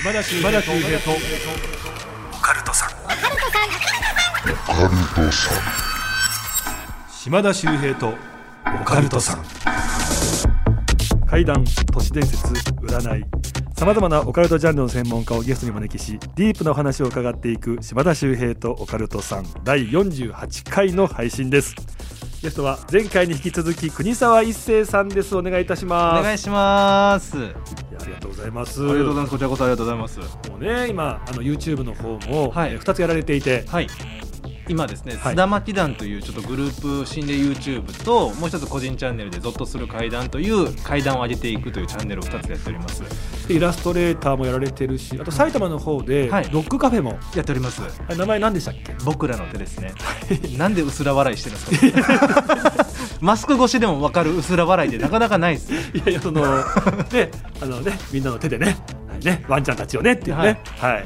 島田秀平とオカルトさん。島田秀平とオカルトさん。怪談、都市伝説、占い、さまざまなオカルトジャンルの専門家をゲストに招きし、ディープなお話を伺っていく島田秀平とオカルトさん第48回の配信です。ゲストは前回に引き続き国沢一生さんです。お願いいたします。 お願いします。 ありがとうございます。 ありがとうございます。こちらこそありがとうございます。 もうね、今YouTube の方も、 はい、 2つやられていて、 はい、今ですね、 はい、 須田巻団というちょっとグループ心霊 YouTube と、もう一つ個人チャンネルでゾッとする怪談という怪談を上げていくというチャンネルを2つやっております。 でイラストレーターもやられてるし、あと埼玉の方ではいロックカフェもやっております。 名前何でしたっけ？ 僕らの手ですね。なんで薄ら笑いしてるんですか？マスク越しでも分かる薄ら笑いってなかなかないです。 いやいや、そのね、みんなの手でね、ワンちゃんたちをねっていうね、はい、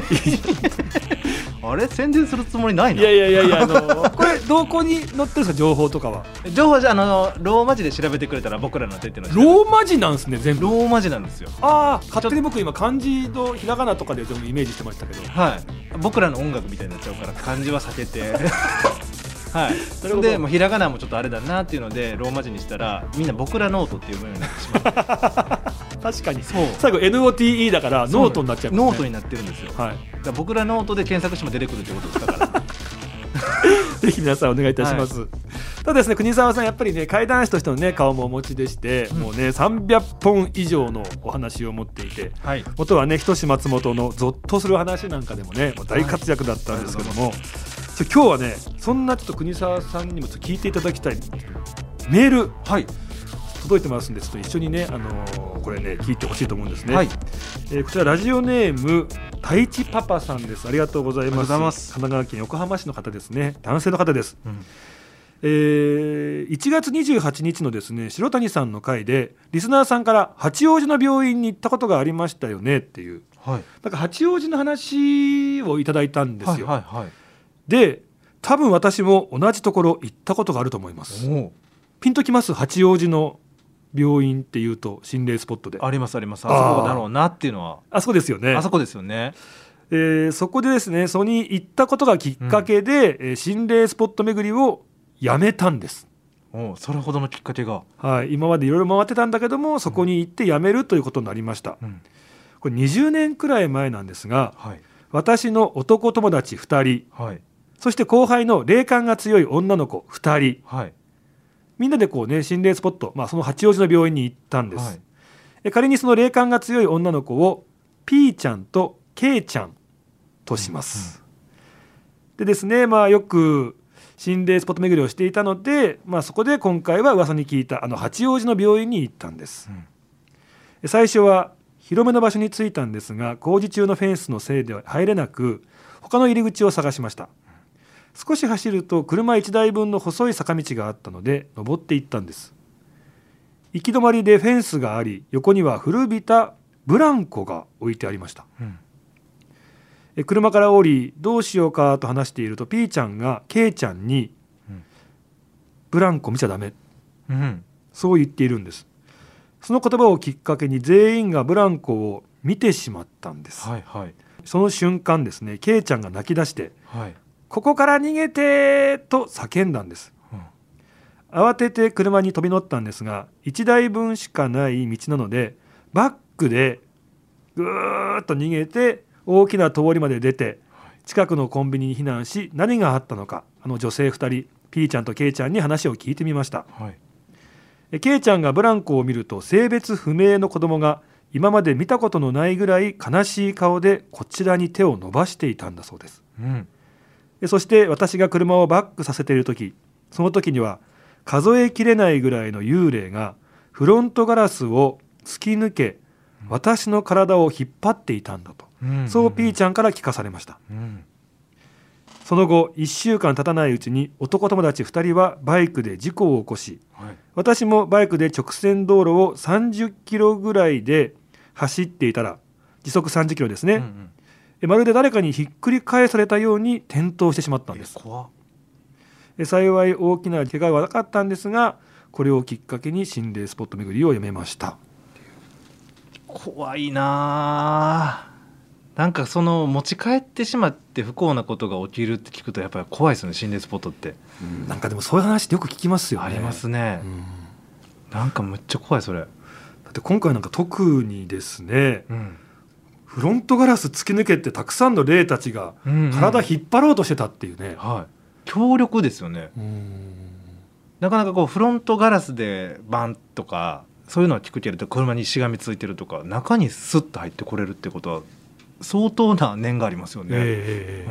あれ宣伝するつもりないな。 いやこれどこに載ってるんですか？情報とかは。 情報じゃローマ字で調べてくれたら僕らの手っていうのはローマ字なんですね。全部ローマ字なんですよ。 ああ、勝手に僕今漢字とひらがなとかで全部イメージしてましたけど、 はい、僕らの音楽みたいになっちゃうから漢字は避けてはい、 なるほど。 でもうひらがなもちょっとあれだなっていうのでローマ字にしたらみんな僕らノートっていうようになってしまう。 確かにそう最後 NOTE だからノートになっちゃいますね。 ノートになってるんですよ、 はい、 だから僕らノートで検索しても出てくるってことですからぜひ皆さんお願いいたします、はい、ただですね、国沢さんやっぱりね、怪談師としてのね顔もお持ちでして、もうね300本以上のお話を持っていて、はい、元はね日吉松本のゾッとする話なんかでもねもう大活躍だったんですけども、はい、今日はねそんなちょっと国沢さんにも聞いていただきたいメール、はい、届いてますんで、ちょっと一緒にね、これね聞いてほしいと思うんですね、はい。こちらラジオネーム太一パパさんです。ありがとうございます。神奈川県横浜市の方ですね。男性の方です、1月28日のですね白谷さんの回でリスナーさんから八王子の病院に行ったことがありましたよねっていう、はい、なんか八王子の話をいただいたんですよ、はいはいはい。で多分私も同じところ行ったことがあると思います。ピンときます？八王子の病院っていうと心霊スポットでありますあります。あそこだろうなっていうのはあそこですよね。 あそこですよね。 そこでですね、そこに行ったことがきっかけで、心霊スポット巡りをやめたんです。 それほどのきっかけが、 はい、今までいろいろ回ってたんだけども、そこに行ってやめるということになりました、これ20年くらい前なんですが、はい、私の男友達2人、はい、そして後輩の霊感が強い女の子2人、はい、みんなでこうね心霊スポット、その八王子の病院に行ったんです、はい。仮にその霊感が強い女の子を P ちゃんと K ちゃんとします、でですね、よく心霊スポット巡りをしていたので、そこで今回は噂に聞いた八王子の病院に行ったんです、最初は広めの場所に着いたんですが、工事中のフェンスのせいでは入れなく、他の入り口を探しました。少し走ると車1台分の細い坂道があったので登っていったんです。行き止まりでフェンスがあり、横には古びたブランコが置いてありました、車から降りどうしようかと話していると P ちゃんが K ちゃんに、ブランコ見ちゃダメ、そう言っているんです。その言葉をきっかけに全員がブランコを見てしまったんです、はいはい。その瞬間ですね、 K ちゃんが泣き出して、ここから逃げてと叫んだんです、慌てて車に飛び乗ったんですが、1台分しかない道なのでバックでぐーっと逃げて大きな通りまで出て、近くのコンビニに避難し、何があったのか女性2人 P ちゃんと K ちゃんに話を聞いてみました、K ちゃんがブランコを見ると性別不明の子供が今まで見たことのないぐらい悲しい顔でこちらに手を伸ばしていたんだそうです、そして私が車をバックさせている時、その時には数えきれないぐらいの幽霊がフロントガラスを突き抜け、私の体を引っ張っていたんだと、そう P ちゃんから聞かされました、その後1週間経たないうちに男友達2人はバイクで事故を起こし、私もバイクで直線道路を30キロぐらいで走っていたら、時速30キロですね、まるで誰かにひっくり返されたように転倒してしまったんです。幸い大きな怪我はなかったんですが、これをきっかけに心霊スポット巡りをやめました。 怖いな。 なんかその持ち帰ってしまって不幸なことが起きるって聞くとやっぱり怖いですよね、心霊スポットって。 なんかでもそういう話ってよく聞きますよね。 ありますね、なんかむっちゃ怖いそれ。だって今回なんか特にですね、フロントガラス突き抜けてたくさんの霊たちが体引っ張ろうとしてたっていうね、 強力ですよね。なかなかこうフロントガラスでバンとかそういうのは聞くけれど、車にしがみついてるとか中にスッと入ってこれるってことは相当な念がありますよね。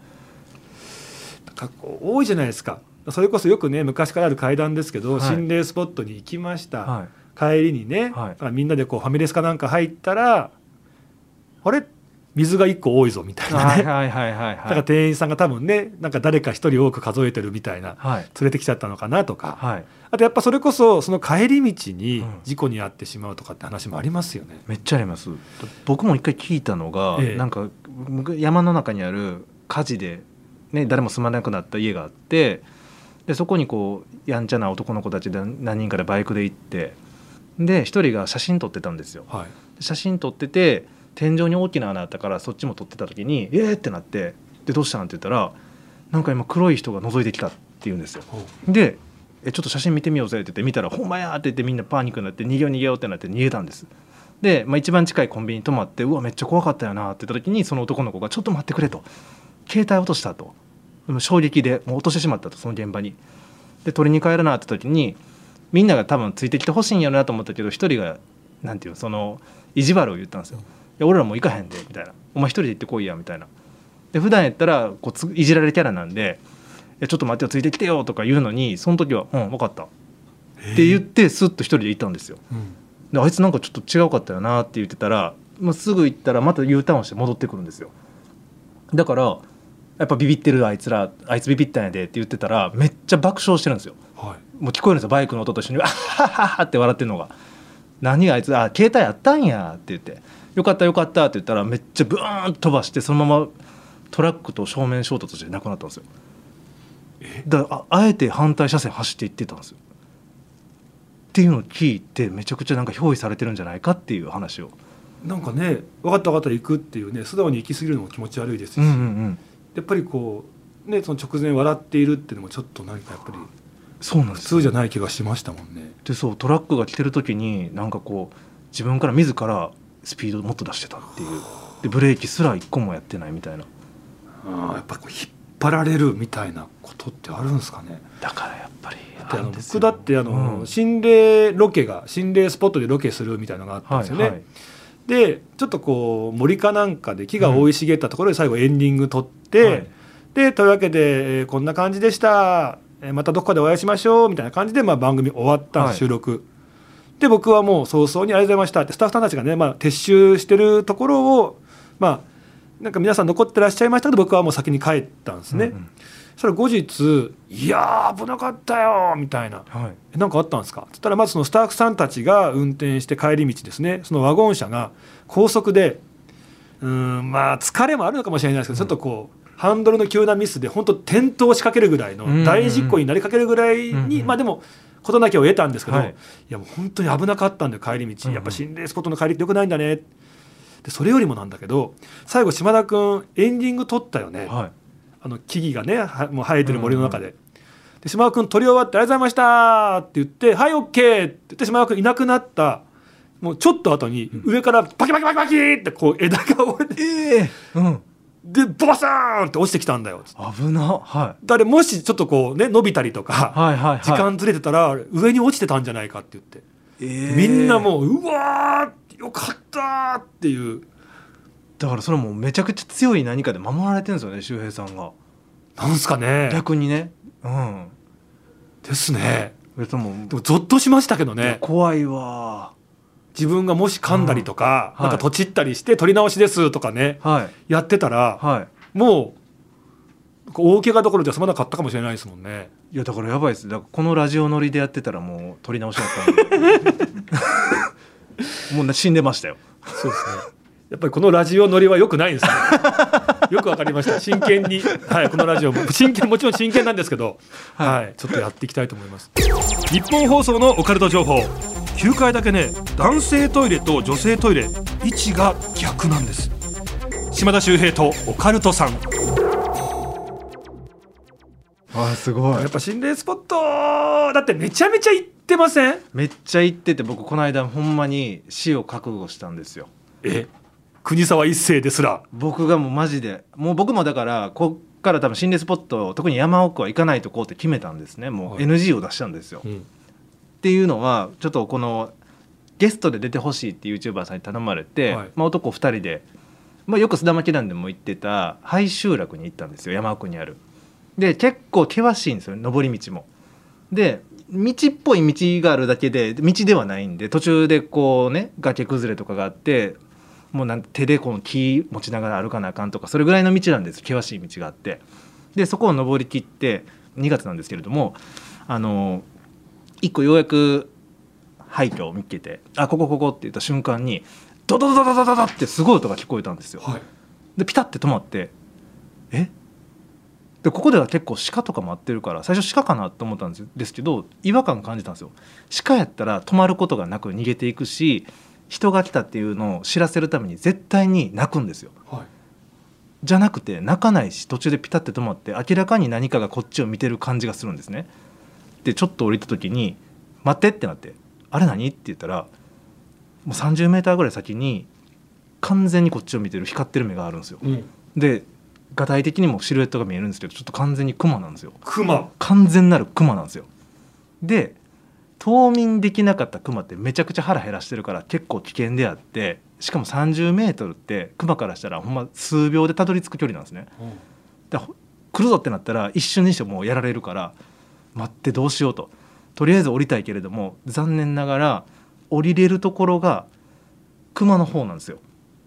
なんかこう多いじゃないですか。それこそよくね昔からある階段ですけど、心霊スポットに行きました、帰りにね、みんなでこうファミレスかなんか入ったら、あれ水が1個多いぞみたいなね、だから店員さんが多分ねなんか誰か1人多く数えてるみたいな、連れてきちゃったのかなとか、あとやっぱそれこそその帰り道に事故に遭ってしまうとかって話もありますよね。 めっちゃあります。僕も一回聞いたのが、なんか山の中にある火事で、ね、誰も住まなくなった家があって、でそこにこうやんちゃな男の子たちで何人かでバイクで行って、で一人が写真撮ってたんですよ、写真撮ってて天井に大きな穴あったからそっちも撮ってた時にってなって、でどうしたんって言ったら、なんか今黒い人が覗いてきたって言うんですよ。でちょっと写真見てみようぜって言って見たら、ほんまやって言ってみんなパニックになって逃げようってなって逃げたんです。で、一番近いコンビニに泊まって、うわめっちゃ怖かったよなって言った時に、その男の子がちょっと待ってくれと、携帯落としたと、でも衝撃でもう落としてしまったと、その現場に。で取りに帰るなって時にみんなが多分ついてきてほしいんやろなと思ったけど、一人がなんていうその意地悪を言ったんですよ。いや俺らもう行かへんでみたいな、お前一人で行ってこいやみたいな。で普段やったらこういじられキャラなんで、いやちょっと待ってよついてきてよとか言うのに、その時は分かったって言ってスッと一人で行ったんですよ。であいつなんかちょっと違うかったよなって言ってたら、もうすぐ行ったらまた U ターンして戻ってくるんですよ。だからやっぱビビってるあいつビビったんやでって言ってたら、めっちゃ爆笑してるんですよ、もう聞こえるんですよ、バイクの音と一緒にあはははって笑ってるのが。何があいつ携帯あったんやって言って、よかったよかったって言ったら、めっちゃブーンと飛ばしてそのままトラックと正面衝突して亡くなったんですよ。だから あえて反対車線走っていってたんですよっていうのを聞いて、めちゃくちゃなんか憑依されてるんじゃないかっていう話を。 なんかね、分かった行くっていうね、素直に行き過ぎるのも気持ち悪いですし、やっぱりこうね、その直前笑っているっていうのもちょっと何かやっぱりそうなんです、普通じゃない気がしましたもんね。 でそうトラックが来てる時になんかこう自分から自らスピードをもっと出してたっていう、でブレーキすら一個もやってないみたいな。 やっぱこう引っ張られるみたいなことってあるんですかね。 だからやっぱり僕だって心霊ロケが心霊スポットでロケするみたいなのがあったんですよね、でちょっとこう森かなんかで木が生い茂ったところで最後エンディング撮って、でというわけでこんな感じでした、またどこかでお会いしましょうみたいな感じで番組終わった、収録で、僕はもう早々にありがとうございましたってスタッフさんたちがね、撤収してるところをなんか皆さん残ってらっしゃいましたけど、僕はもう先に帰ったんですね、そしたら後日いや危なかったよみたいな、なんかあったんですかって言ったら、まずそのスタッフさんたちが運転して帰り道ですね、そのワゴン車が高速で疲れもあるのかもしれないですけど、ちょっとこうハンドルの急なミスで本当転倒しかけるぐらいの大事故になりかけるぐらいに、でも事なきを得たんですけど、いやもう本当に危なかったんだよ帰り道、やっぱ心霊スポットの帰りってよくないんだね。でそれよりもなんだけど、最後島田君エンディング撮ったよね、木々がねもう生えてる森の中で、で島田君撮り終わってありがとうございましたって言って、はい OK って言って島田君いなくなったもうちょっと後に上からバキバキバキバキってこう枝が折れて、でボサーンって落ちてきたんだよ。 危な、 だからもしちょっとこうね伸びたりとか、時間ずれてたら上に落ちてたんじゃないかって言って、みんなもうわーよかったっていう。 だからそれもめちゃくちゃ強い何かで守られてるんですよね、周平さんが。 なんすかね、 逆にね、 ですね。 でもゾッとしましたけどね。 怖いわ。 自分がもし噛んだりとか、なんかとちったりして取り直しですとかね、やってたら、もう大怪我どころじゃ済まなかったかもしれないですもんね。 いやだからやばいです。だからこのラジオ乗りでやってたらもう取り直しだったんでもう死んでましたよ。 そうですね。やっぱりこのラジオ乗りは良くないですね。よくわかりました。真剣に、このラジオもちろん真剣なんですけど、ちょっとやっていきたいと思います。日本放送のオカルト情報、9階だけね、男性トイレと女性トイレ位置が逆なんです。 島田秀平とオカルトさん。 すごい。 やっぱ心霊スポットだってめちゃめちゃ行ってません？ めっちゃ行ってて、僕この間ほんまに死を覚悟したんですよ。 国沢一世ですら。 僕がもうマジでもう僕もだからこっから多分心霊スポット、特に山奥は行かないとこうって決めたんですね。もう NG を出したんですよ、っていうのはちょっとこのゲストで出てほしいっていう YouTuber さんに頼まれて、男2人で、よく須田巻蘭でも行ってた廃集落に行ったんですよ、山奥にある。で結構険しいんですよ、登り道も。で道っぽい道があるだけで道ではないんで、途中でこうね崖崩れとかがあって、もう手でこの木持ちながら歩かなあかんとか、それぐらいの道なんです。険しい道があって、でそこを登り切って2月なんですけれども、一個ようやく廃墟を見つけて、ここって言った瞬間にドドドドドドドってすごい音が聞こえたんですよ、でピタッて止まって、でここでは結構鹿とかもあってるから、最初鹿かなと思ったんですけど、違和感感じたんですよ。鹿やったら止まることがなく逃げていくし、人が来たっていうのを知らせるために絶対に鳴くんですよ、じゃなくて鳴かないし、途中でピタッて止まって、明らかに何かがこっちを見てる感じがするんですね。でちょっと降りた時に待ってってなって、あれ何って言ったら、もう30メーターぐらい先に完全にこっちを見てる光ってる目があるんですよ、で具体的にもシルエットが見えるんですけど、ちょっと完全にクマなんですよ。完全なるクマなんですよ。で冬眠できなかったクマってめちゃくちゃ腹減らしてるから結構危険であって、しかも30メートルってクマからしたらほんま数秒でたどり着く距離なんですね、で来るぞってなったら一瞬にしてもうやられるから、待ってどうしようと、とりあえず降りたいけれども残念ながら降りれるところがクマの方なんですよ。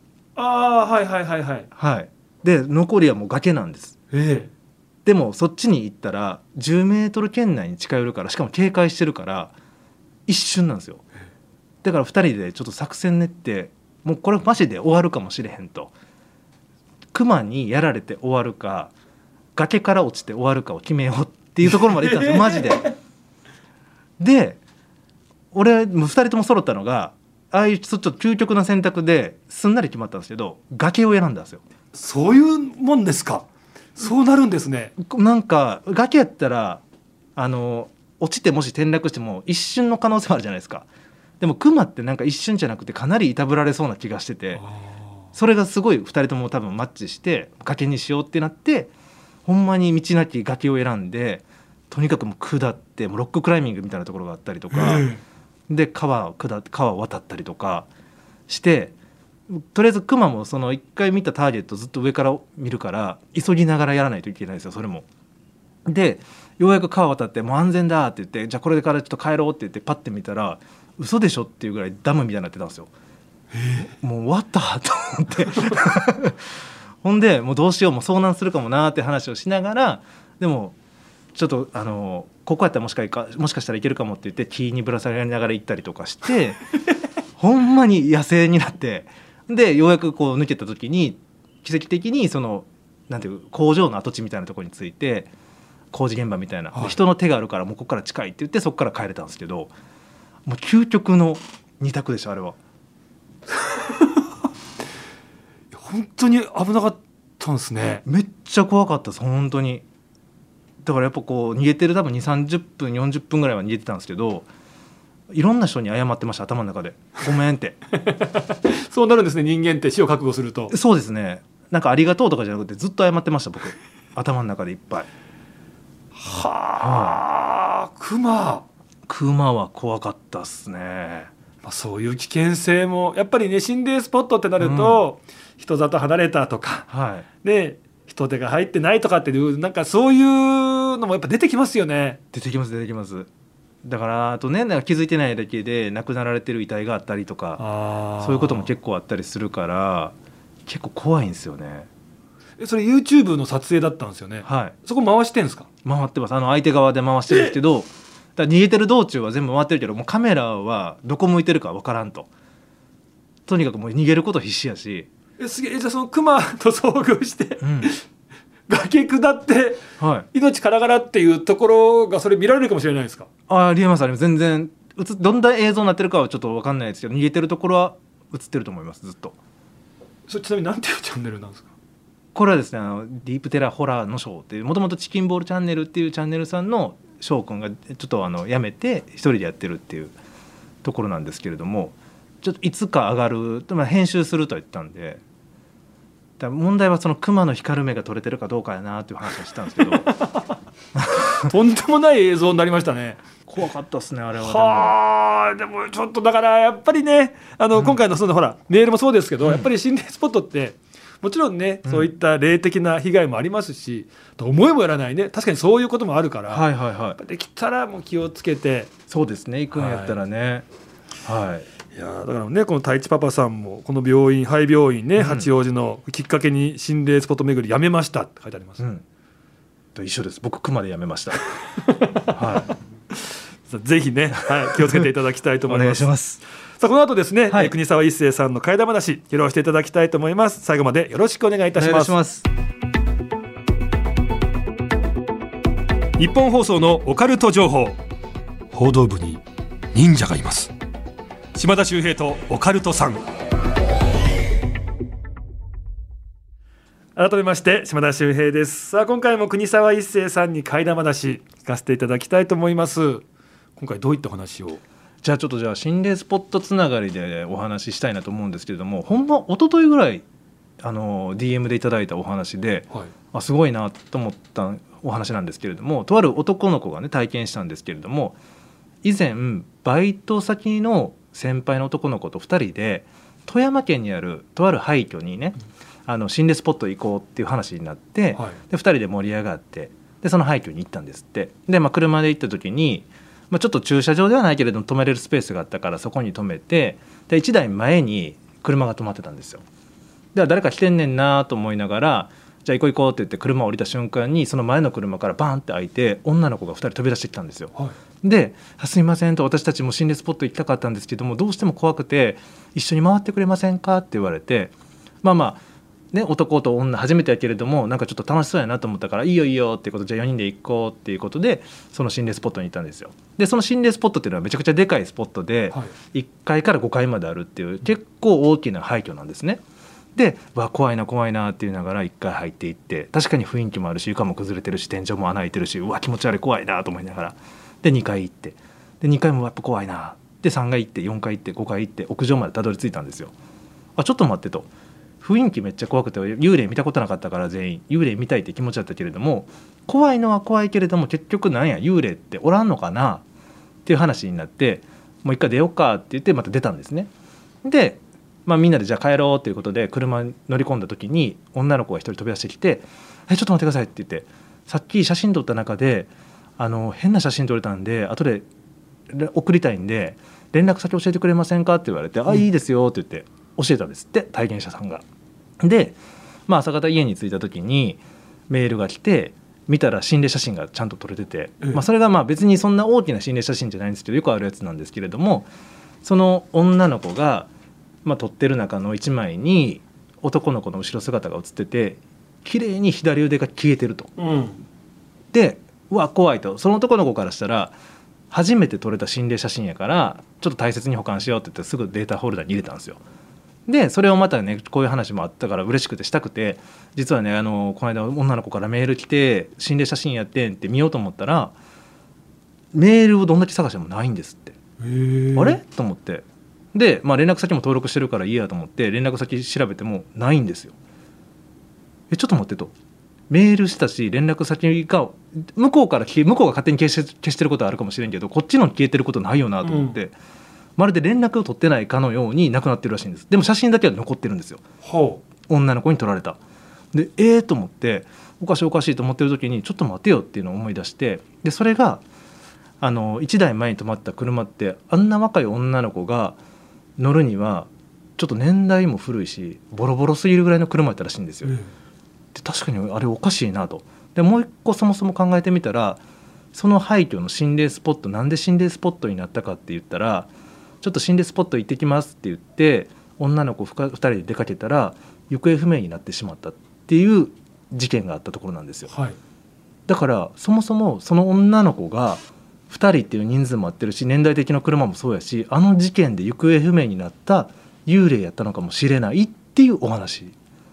で残りはもう崖なんです、でもそっちに行ったら10メートル圏内に近寄るから、しかも警戒してるから一瞬なんですよ。だから2人でちょっと作戦練って、もうこれマジで終わるかもしれへんと、クマにやられて終わるか崖から落ちて終わるかを決めようっていうところまで行ったんですよマジで。で俺もう2人とも揃ったのが、ああいうちょっと究極な選択ですんなり決まったんですけど、崖を選んだんですよ。 そういうもんですか。そうなるんですね。 なんか崖やったら落ちてもし転落しても一瞬の可能性もあるじゃないですか。でもクマってなんか一瞬じゃなくてかなりいたぶられそうな気がしてて、それがすごい2人とも多分マッチして崖にしようってなって、ほんまに道なき崖を選んで、とにかくもう下って、もうロッククライミングみたいなところがあったりとかで、川を渡ったりとかして、とりあえずクマもその1回見たターゲットずっと上から見るから急ぎながらやらないといけないんですよ、それも。でようやく川渡って、もう安全だって言って、じゃあこれからちょっと帰ろうって言ってパッて見たら、嘘でしょっていうぐらいダムみたいになってたんですよ。もう終わったと思ってほんでもうどうしよう、もう遭難するかもなって話をしながら、でもちょっとここやったらもしかしたらいけるかもって言って木にぶら下がりながら行ったりとかしてほんまに野生になって、でようやくこう抜けた時に奇跡的にそのなんていう工場の跡地みたいなところに着いて、工事現場みたいな、人の手があるからもうここから近いって言って、そこから帰れたんですけど、もう究極の2択でしたあれは本当に危なかったんですね。 めっちゃ怖かったです本当に。だからやっぱこう逃げてる多分2、30分40分ぐらいは逃げてたんですけど、いろんな人に謝ってました、頭の中でごめんってそうなるんですね、人間って死を覚悟すると。 そうですね、なんかありがとうとかじゃなくてずっと謝ってました僕頭の中でいっぱい。 クマは怖かったっすね。 そういう危険性もやっぱりね、心霊スポットってなると、人里離れたとか、で人手が入ってないとかっていう、なんかそういうのもやっぱ出てきますよね。 出てきます。だからあとね、なんか気づいてないだけで亡くなられてる遺体があったりとか、そういうことも結構あったりするから、結構怖いんですよね。 それ YouTube の撮影だったんですよね。そこ回してんですか？ 回ってます。相手側で回してるんですけど、だから逃げてる道中は全部回ってるけど、もうカメラはどこ向いてるか分からんと。とにかくもう逃げること必死やし。 すげえ。じゃあそのクマと遭遇して、崖下って、命からがらっていうところがそれ見られるかもしれないですか？ ありえます全然どんな映像になってるかはちょっと分かんないですけど、逃げてるところは映ってると思いますずっと。 それちなみに何ていうチャンネルなんですか？ これはですねディープテラホラーのショーっていう、もともとチキンボールチャンネルっていうチャンネルさんの翔くんがちょっと辞めて一人でやってるっていうところなんですけれども、ちょっといつか上がる、編集するとは言ったんで、だ問題はその熊の光る目が撮れてるかどうかやなっていう話をしたんですけどとんでもない映像になりましたね。 怖かったですねあれは。 でもちょっとだからやっぱりね今回のほらメールもそうですけど、やっぱり心霊スポットってもちろんね、そういった霊的な被害もありますし、思いもやらないね、確かにそういうこともあるから、できたらもう気をつけて、 そうですね、行くんやったらね、 いやだからね、この太一パパさんもこの病院、廃病院ね、八王子のきっかけに心霊スポット巡りやめましたって書いてあります、 と一緒です。僕熊でやめましたぜひね、気をつけていただきたいと思います。 お願いします。 さあこの後ですね、国沢一生さんの怪談話披露していただきたいと思います。最後までよろしくお願いいたします。日本放送のオカルト情報、報道部に忍者がいます。島田秀平とオカルトさん。改めまして島田秀平です。さあ今回も国沢一生さんに怪談話聞かせていただきたいと思います。今回どういった話を？ じゃあ心霊スポットつながりでお話ししたいなと思うんですけれども、ほんま一昨日ぐらいDM でいただいたお話で、すごいなと思ったお話なんですけれども、とある男の子がね体験したんですけれども、以前バイト先の先輩の男の子と2人で富山県にあるとある廃墟にね、心霊スポット行こうっていう話になって、で2人で盛り上がって、でその廃墟に行ったんですって。で、車で行った時に、ちょっと駐車場ではないけれども止めれるスペースがあったからそこに止めて、で1台前に車が止まってたんですよ。で誰か来てんねんなと思いながら、じゃあ行こう行こうって言って車を降りた瞬間に、その前の車からバーンって開いて女の子が2人飛び出してきたんですよ、で、すいませんと、私たちも心霊スポット行きたかったんですけども、どうしても怖くて一緒に回ってくれませんかって言われて、ね、男と女初めてやけれどもなんかちょっと楽しそうやなと思ったから、いいよいいよっていうことで、じゃあ4人で行こうっていうことでその心霊スポットに行ったんですよ。でその心霊スポットっていうのはめちゃくちゃでかいスポットで、1階から5階まであるっていう結構大きな廃墟なんですね。で怖いな怖いなって言いながら1階入っていって、確かに雰囲気もあるし床も崩れてるし天井も穴開いてるし、気持ち悪い怖いなと思いながら、で2階行って、で2階もやっぱ怖いなで3階行って4階行って5階行って屋上までたどり着いたんですよ。ちょっと待ってと、雰囲気めっちゃ怖くて幽霊見たことなかったから、全員幽霊見たいって気持ちだったけれども、怖いのは怖いけれども結局なんや幽霊っておらんのかなっていう話になって、もう一回出ようかって言ってまた出たんですね。で、みんなでじゃあ帰ろうということで車に乗り込んだ時に女の子が一人飛び出してきて、ちょっと待ってくださいって言って、さっき写真撮った中で変な写真撮れたんで後で送りたいんで連絡先教えてくれませんかって言われて、いいですよって言って教えたんですって、体験者さんが。で、朝方家に着いた時にメールが来て、見たら心霊写真がちゃんと撮れてて、それが別にそんな大きな心霊写真じゃないんですけど、よくあるやつなんですけれども、その女の子が、撮ってる中の1枚に男の子の後ろ姿が写ってて、綺麗に左腕が消えてると、で怖いと、その男の子からしたら初めて撮れた心霊写真やからちょっと大切に保管しようって言ってすぐデータホルダーに入れたんですよ。でそれをまたね、こういう話もあったから嬉しくてしたくて、実はねこの間女の子からメール来て心霊写真やってんって見ようと思ったら、メールをどんだけ探してもないんですって。あれと思って、で、連絡先も登録してるからいいやと思って連絡先調べてもないんですよ。ちょっと待ってと、メールしたし連絡先が向こうが勝手に消してることはあるかもしれんけど、こっちの消えてることないよなと思って、まるで連絡を取ってないかのようになくなってるらしいんです。でも写真だけは残ってるんですよ、女の子に撮られた。でと思って、おかしいと思ってる時にちょっと待てよっていうのを思い出して、でそれが1台前に止まった車って、あんな若い女の子が乗るにはちょっと年代も古いしボロボロすぎるぐらいの車やったらしいんですよ。で確かにあれおかしいなと。でもう一個そもそも考えてみたら、その廃墟の心霊スポット、なんで心霊スポットになったかって言ったら、ちょっと心霊スポット行ってきますって言って女の子2人で出かけたら行方不明になってしまったっていう事件があったところなんですよ、だからそもそもその女の子が2人っていう人数も合ってるし、年代的な車もそうやし、あの事件で行方不明になった幽霊やったのかもしれないっっていうお話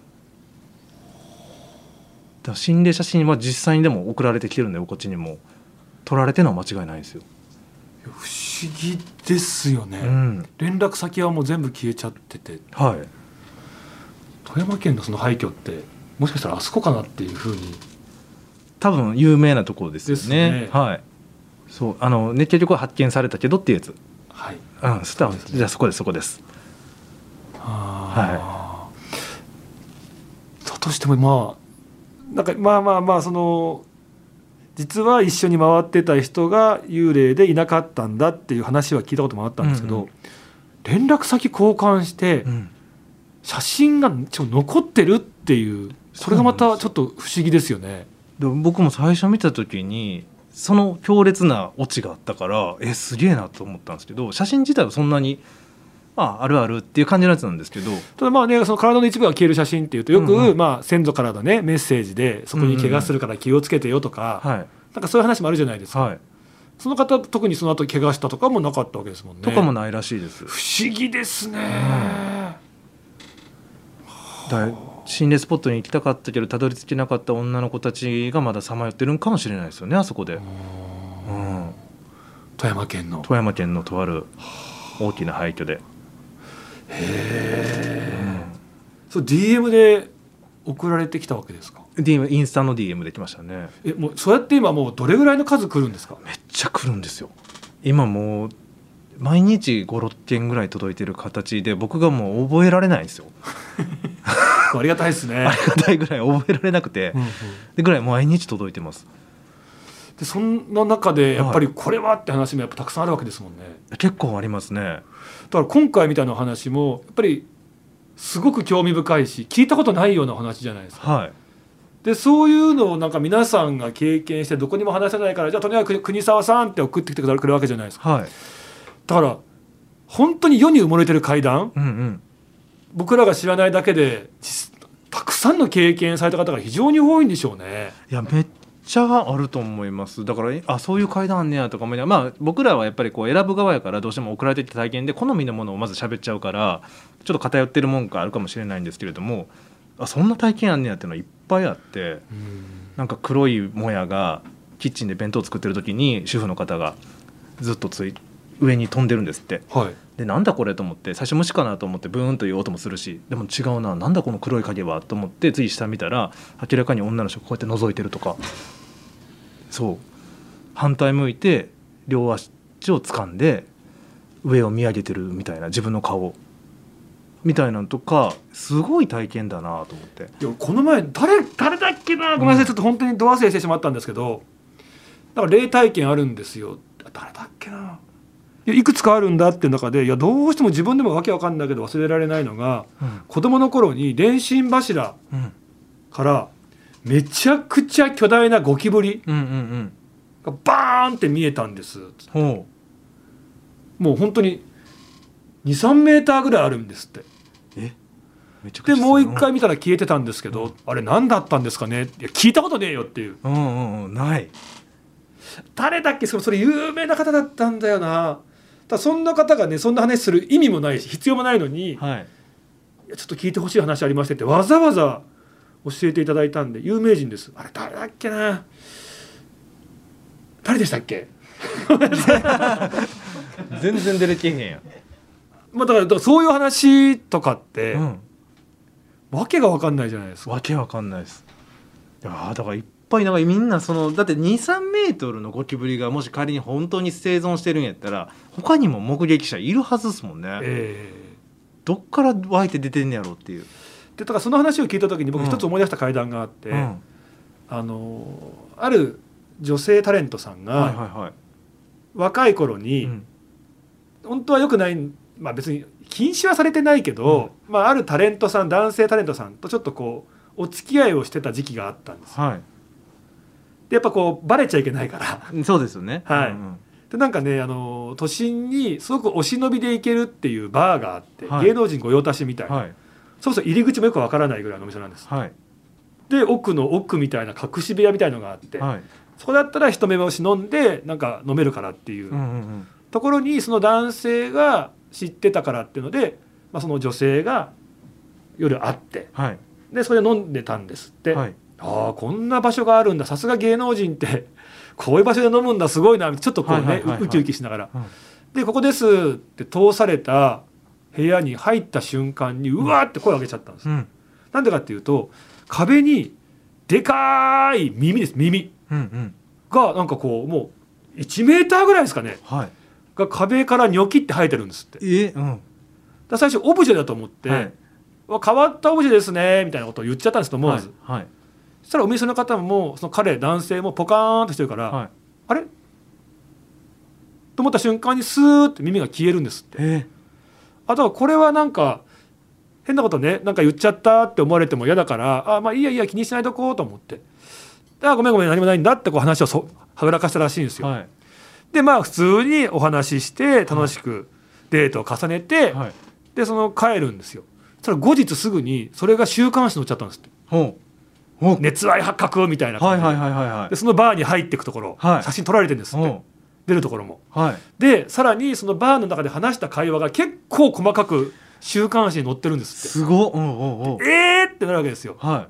だ。心霊写真は実際にでも送られてきてるんで、こっちにも撮られてるのは間違いないですよ。 不思議ですよね、連絡先はもう全部消えちゃってて、 はい、 富山県のその廃墟ってもしかしたらあそこかなっていうふうに。 多分有名なところですよ ね、はい、そう結局は発見されたけどっていうやつ、 はい、 そしたら、じゃあそこです。 はい、だとしてもなんかその実は一緒に回ってた人が幽霊でいなかったんだっていう話は聞いたこともあったんですけど、連絡先交換して写真が残ってるっていう、それがまたちょっと不思議ですよね。 で僕も最初見た時にその強烈なオチがあったからすげえなと思ったんですけど、写真自体はそんなにあるあるっていう感じのやつなんですけど、 ただその体の一部が消える写真っていうとよく、先祖からのねメッセージでそこに怪我するから気をつけてよとか、なんかそういう話もあるじゃないですか、その方特にその後怪我したとかもなかったわけですもんね。 とかもないらしいです。 不思議ですね、 心霊スポットに行きたかったけどたどり着けなかった女の子たちがまださまよってるんかもしれないですよね、あそこで。 富山県のとある大きな廃墟で。 そう DM で送られてきたわけですか。 インスタの DM できましたね。 もうそうやって今もうどれぐらいの数来るんですか。 めっちゃ来るんですよ。今もう毎日 5,6 件ぐらい届いてる形で、僕がもう覚えられないんですよありがたいですね。 ありがたいぐらい覚えられなくて、でぐらい毎日届いてます。 でその中でやっぱりこれはって話もやっぱたくさんあるわけですもんね。 結構ありますね。だから今回みたいな話もやっぱりすごく興味深いし、聞いたことないような話じゃないですか、でそういうのをなんか皆さんが経験してどこにも話せないから、じゃあとにかく国沢さんって送ってきてくれるわけじゃないですか、だから本当に世に埋もれてる怪談、僕らが知らないだけでたくさんの経験された方が非常に多いんでしょうね。 いやめっちゃあると思います。だからそういう怪談あんねやとかも、僕らはやっぱりこう選ぶ側やからどうしても送られてきた体験で好みのものをまず喋っちゃうからちょっと偏ってるもんがあるかもしれないんですけれども、そんな体験あんねやっていうのはいっぱいあって、なんか黒いもやがキッチンで弁当作ってる時に主婦の方がずっと上に飛んでるんですって、でなんだこれと思って、最初虫かなと思ってブーンという音もするし、でも違うな、なんだこの黒い影はと思って次下見たら明らかに女の人がこうやって覗いてるとか、そう反対向いて両足を掴んで上を見上げてるみたいな、自分の顔みたいなのとかすごい体験だなと思って。 いやこの前誰だっけな、ごめんなさい、ちょっと本当にど忘れしてしまったんですけど、だから霊体験あるんですよ、誰だっけな、いくつかあるんだっていう中で、いやどうしても自分でもわけわかんないけど忘れられないのが、子供の頃に電信柱からめちゃくちゃ巨大なゴキブリがバーンって見えたんです、もう本当に 2,3 メーターぐらいあるんですって。 めちゃくちゃでもう一回見たら消えてたんですけど、あれ何だったんですかね、いや聞いたことねえよっていう、 ない、 誰だっけ、それ有名な方だったんだよな。だそんな方がね、そんな話する意味もないし必要もないのに、いやちょっと聞いてほしい話ありましてってわざわざ教えていただいたんで、有名人です。あれ誰だっけな、誰でしたっけ全然出れけへんやん。 だからそういう話とかって、わけが分かんないじゃないですか。 わけわかんないです。いやだからいっぱいなんかみんなだって 2,3 メートルのゴキブリがもし仮に本当に生存してるんやったら他にも目撃者いるはずですもんね、どっから湧いて出てんねやろっていう。 でだからその話を聞いた時に僕一つ思い出した怪談があって、ある女性タレントさんが、若い頃に、本当は良くない、別に禁止はされてないけど、あるタレントさん、男性タレントさんとちょっとこうお付き合いをしてた時期があったんです、でやっぱこうバレちゃいけないからそうですよね、 でなんかね都心にすごくお忍びで行けるっていうバーがあって、芸能人御用達みたいな、そうそう入り口もよくわからないぐらいのお店なんです、で奥の奥みたいな隠し部屋みたいのがあって、そこだったら一目押し飲んでなんか飲めるからっていう、ところにその男性が知ってたからっていうので、その女性が夜会って、 はい、 でそれで飲んでたんですって、はい、こんな場所があるんだ、さすが芸能人ってこういう場所で飲むんだ、すごいな、ちょっとこうね、ウキウキしながら、でここですって通された部屋に入った瞬間にうわーって声を上げちゃったんです、なんでかっていうと壁にでかい耳です、耳、がなんかこうもう1メーターぐらいですかね、はい、が壁からニョキって生えてるんですって。だ最初オブジェだと思って、はい、変わったオブジェですねみたいなことを言っちゃったんですと思わず、はいはい、そしたらお店の方もその彼男性もポカーンとしてるから、はい、あれと思った瞬間にスーッて耳が消えるんですって。あとはこれはなんか変なことね、なんか言っちゃったって思われても嫌だから、まあいいやいいや気にしないとこうと思って、ごめんごめん何もないんだってこう話をはぐらかしたらしいんですよ、はい、でまあ普通にお話しして楽しくデートを重ねて、はい、でその帰るんですよ。そしたら後日すぐにそれが週刊誌に載っちゃったんですって。熱愛発覚みたいな感じで、そのバーに入っていくところ、はい、写真撮られてるんですって、出るところも、はい、でさらにそのバーの中で話した会話が結構細かく週刊誌に載ってるんですって。 すごっ、 ってなるわけですよ、はい、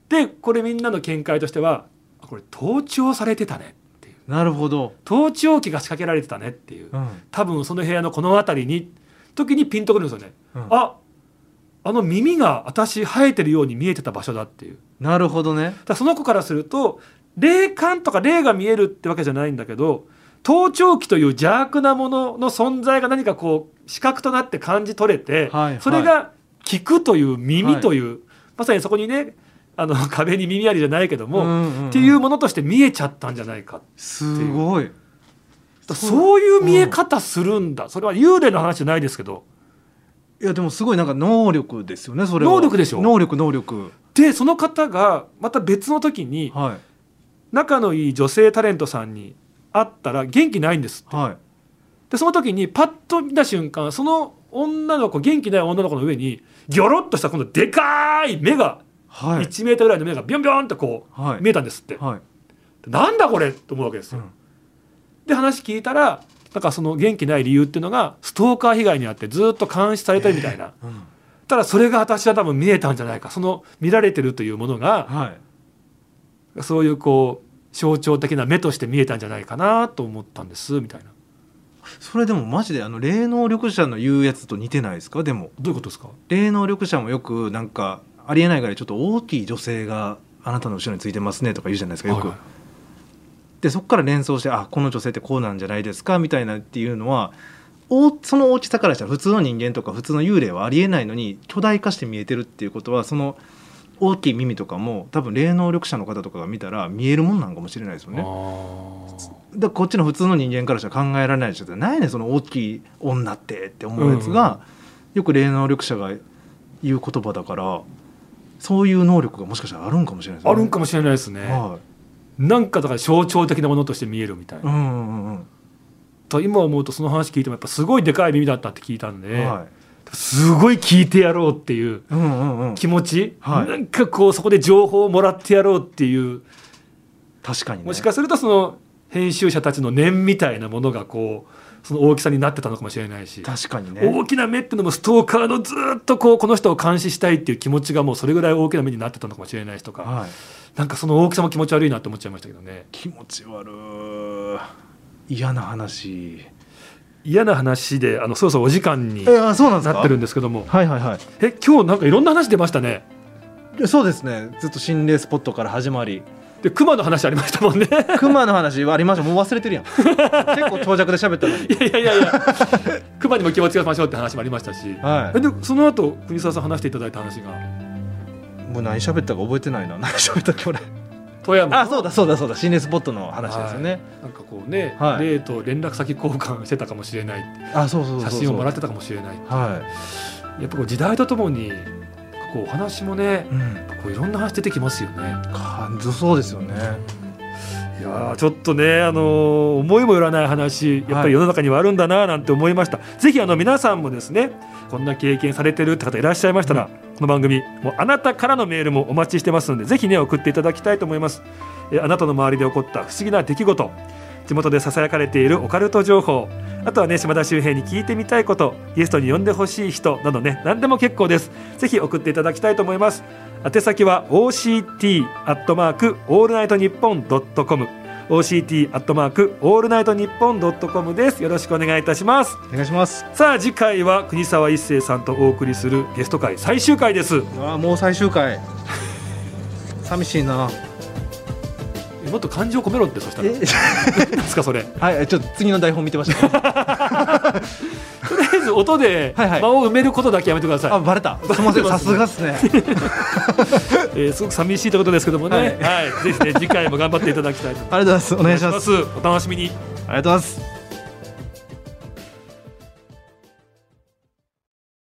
でこれみんなの見解としてはこれ盗聴されてたねっていう。 なるほど、 盗聴器が仕掛けられてたねっていう、多分その部屋のこの辺りに時にピンとくるんですよね、あの耳が私生えてるように見えてた場所だっていう。 なるほどね。 だその子からすると霊感とか霊が見えるってわけじゃないんだけど、盗聴器という邪悪なものの存在が何かこう視覚となって感じ取れて、それが聞くという耳という、まさにそこにね壁に耳ありじゃないけども、っていうものとして見えちゃったんじゃないかっていう。 すごい。 そういう見え方するんだ、それは幽霊の話じゃないですけど。 いやでもすごいなんか能力ですよね、それは。 能力でしょ。 能力でその方がまた別の時に、仲のいい女性タレントさんに会ったら元気ないんですって、でその時にパッと見た瞬間、その女の子、元気ない女の子の上にギョロッとした今度でかい目が、1メートルぐらいの目がビョンビョンってこう、見えたんですって、なんだこれと思うわけですよ、で話聞いたらなんかその元気ない理由っていうのがストーカー被害にあってずっと監視されてるみたいな、ただそれが私は多分見えたんじゃないか、その見られてるというものが、そういうこう象徴的な目として見えたんじゃないかなと思ったんですみたいな。 それでもマジで霊能力者の言うやつと似てないですか。でもどういうことですか。 霊能力者もよくなんかありえないぐらいちょっと大きい女性があなたの後ろについてますねとか言うじゃないですか、よく、でそこから連想してこの女性ってこうなんじゃないですかみたいなっていうのは、その大きさからしたら普通の人間とか普通の幽霊はありえないのに巨大化して見えてるっていうことは、その大きい耳とかも多分霊能力者の方とかが見たら見えるもんなんかもしれないですよね。だからこっちの普通の人間からしたら考えられないでしょ。何やねんその大きい女って思うやつが、よく霊能力者が言う言葉だから、そういう能力がもしかしたらあるんかもしれないですね。 あるんかもしれないですね、なんかだから象徴的なものとして見えるみたいな、と今思うとその話聞いてもやっぱすごいでかい耳だったって聞いたんで、すごい聞いてやろうっていう気持ち、なんかこうそこで情報をもらってやろうっていう、 確かにね、 もしかするとその編集者たちの念みたいなものがこうその大きさになってたのかもしれないし、 確かにね、 大きな目っていうのもストーカーのずっとこの人を監視したいっていう気持ちがもうそれぐらい大きな目になってたのかもしれないしとか、なんかその大きさも気持ち悪いなって思っちゃいましたけどね。 気持ち悪い、嫌な話でそろそろお時間になってるんですけども、今日なんかいろんな話出ましたね。 そうですね、ずっと心霊スポットから始まりで熊の話ありましたもんね。 熊の話はありました。もう忘れてるやん結構長尺で喋ったのに。 いや熊にも気をつけましょうって話もありましたし、でその後国沢さん話していただいた話が、 もう何喋ったか覚えてないな。何喋ったっけ俺。 富山。 そうだ心霊スポットの話ですよね、 なんかこうね、霊と連絡先交換してたかもしれない、 そう写真をもらってたかもしれない、やっぱこう時代とともにこうお話もね、こういろんな話出てきますよね。 そうですよね。 いやちょっとね思いもよらない話やっぱり世の中にはあるんだななんて思いました、ぜひ皆さんもですねこんな経験されてるって方いらっしゃいましたら、この番組もうあなたからのメールもお待ちしてますので、ぜひね送っていただきたいと思います。あなたの周りで起こった不思議な出来事、 地元でささやかれているオカルト情報、あとはね島田秀平に聞いてみたいこと、ゲストに呼んでほしい人などね、何でも結構です。ぜひ送っていただきたいと思います。宛先は OCT@allnightnippon.com OCT@allnightnippon.com です。よろしくお願いいたします。 お願いします。 さあ次回は国沢一生さんとお送りするゲスト会最終回です。 もう最終回寂しいな。 もっと感情込めろって。そしたら何ですかそれ。 はい、ちょっと次の台本見てました、ね、 とりあえず音で間を埋めることだけやめてください。 あ、バレた。すみません、さすがですね。 すごく寂しいということですけどもね、はい、ぜひね次回も頑張っていただきたいと。 ありがとうございます。お願いします。 お楽しみに。 ありがとうございます。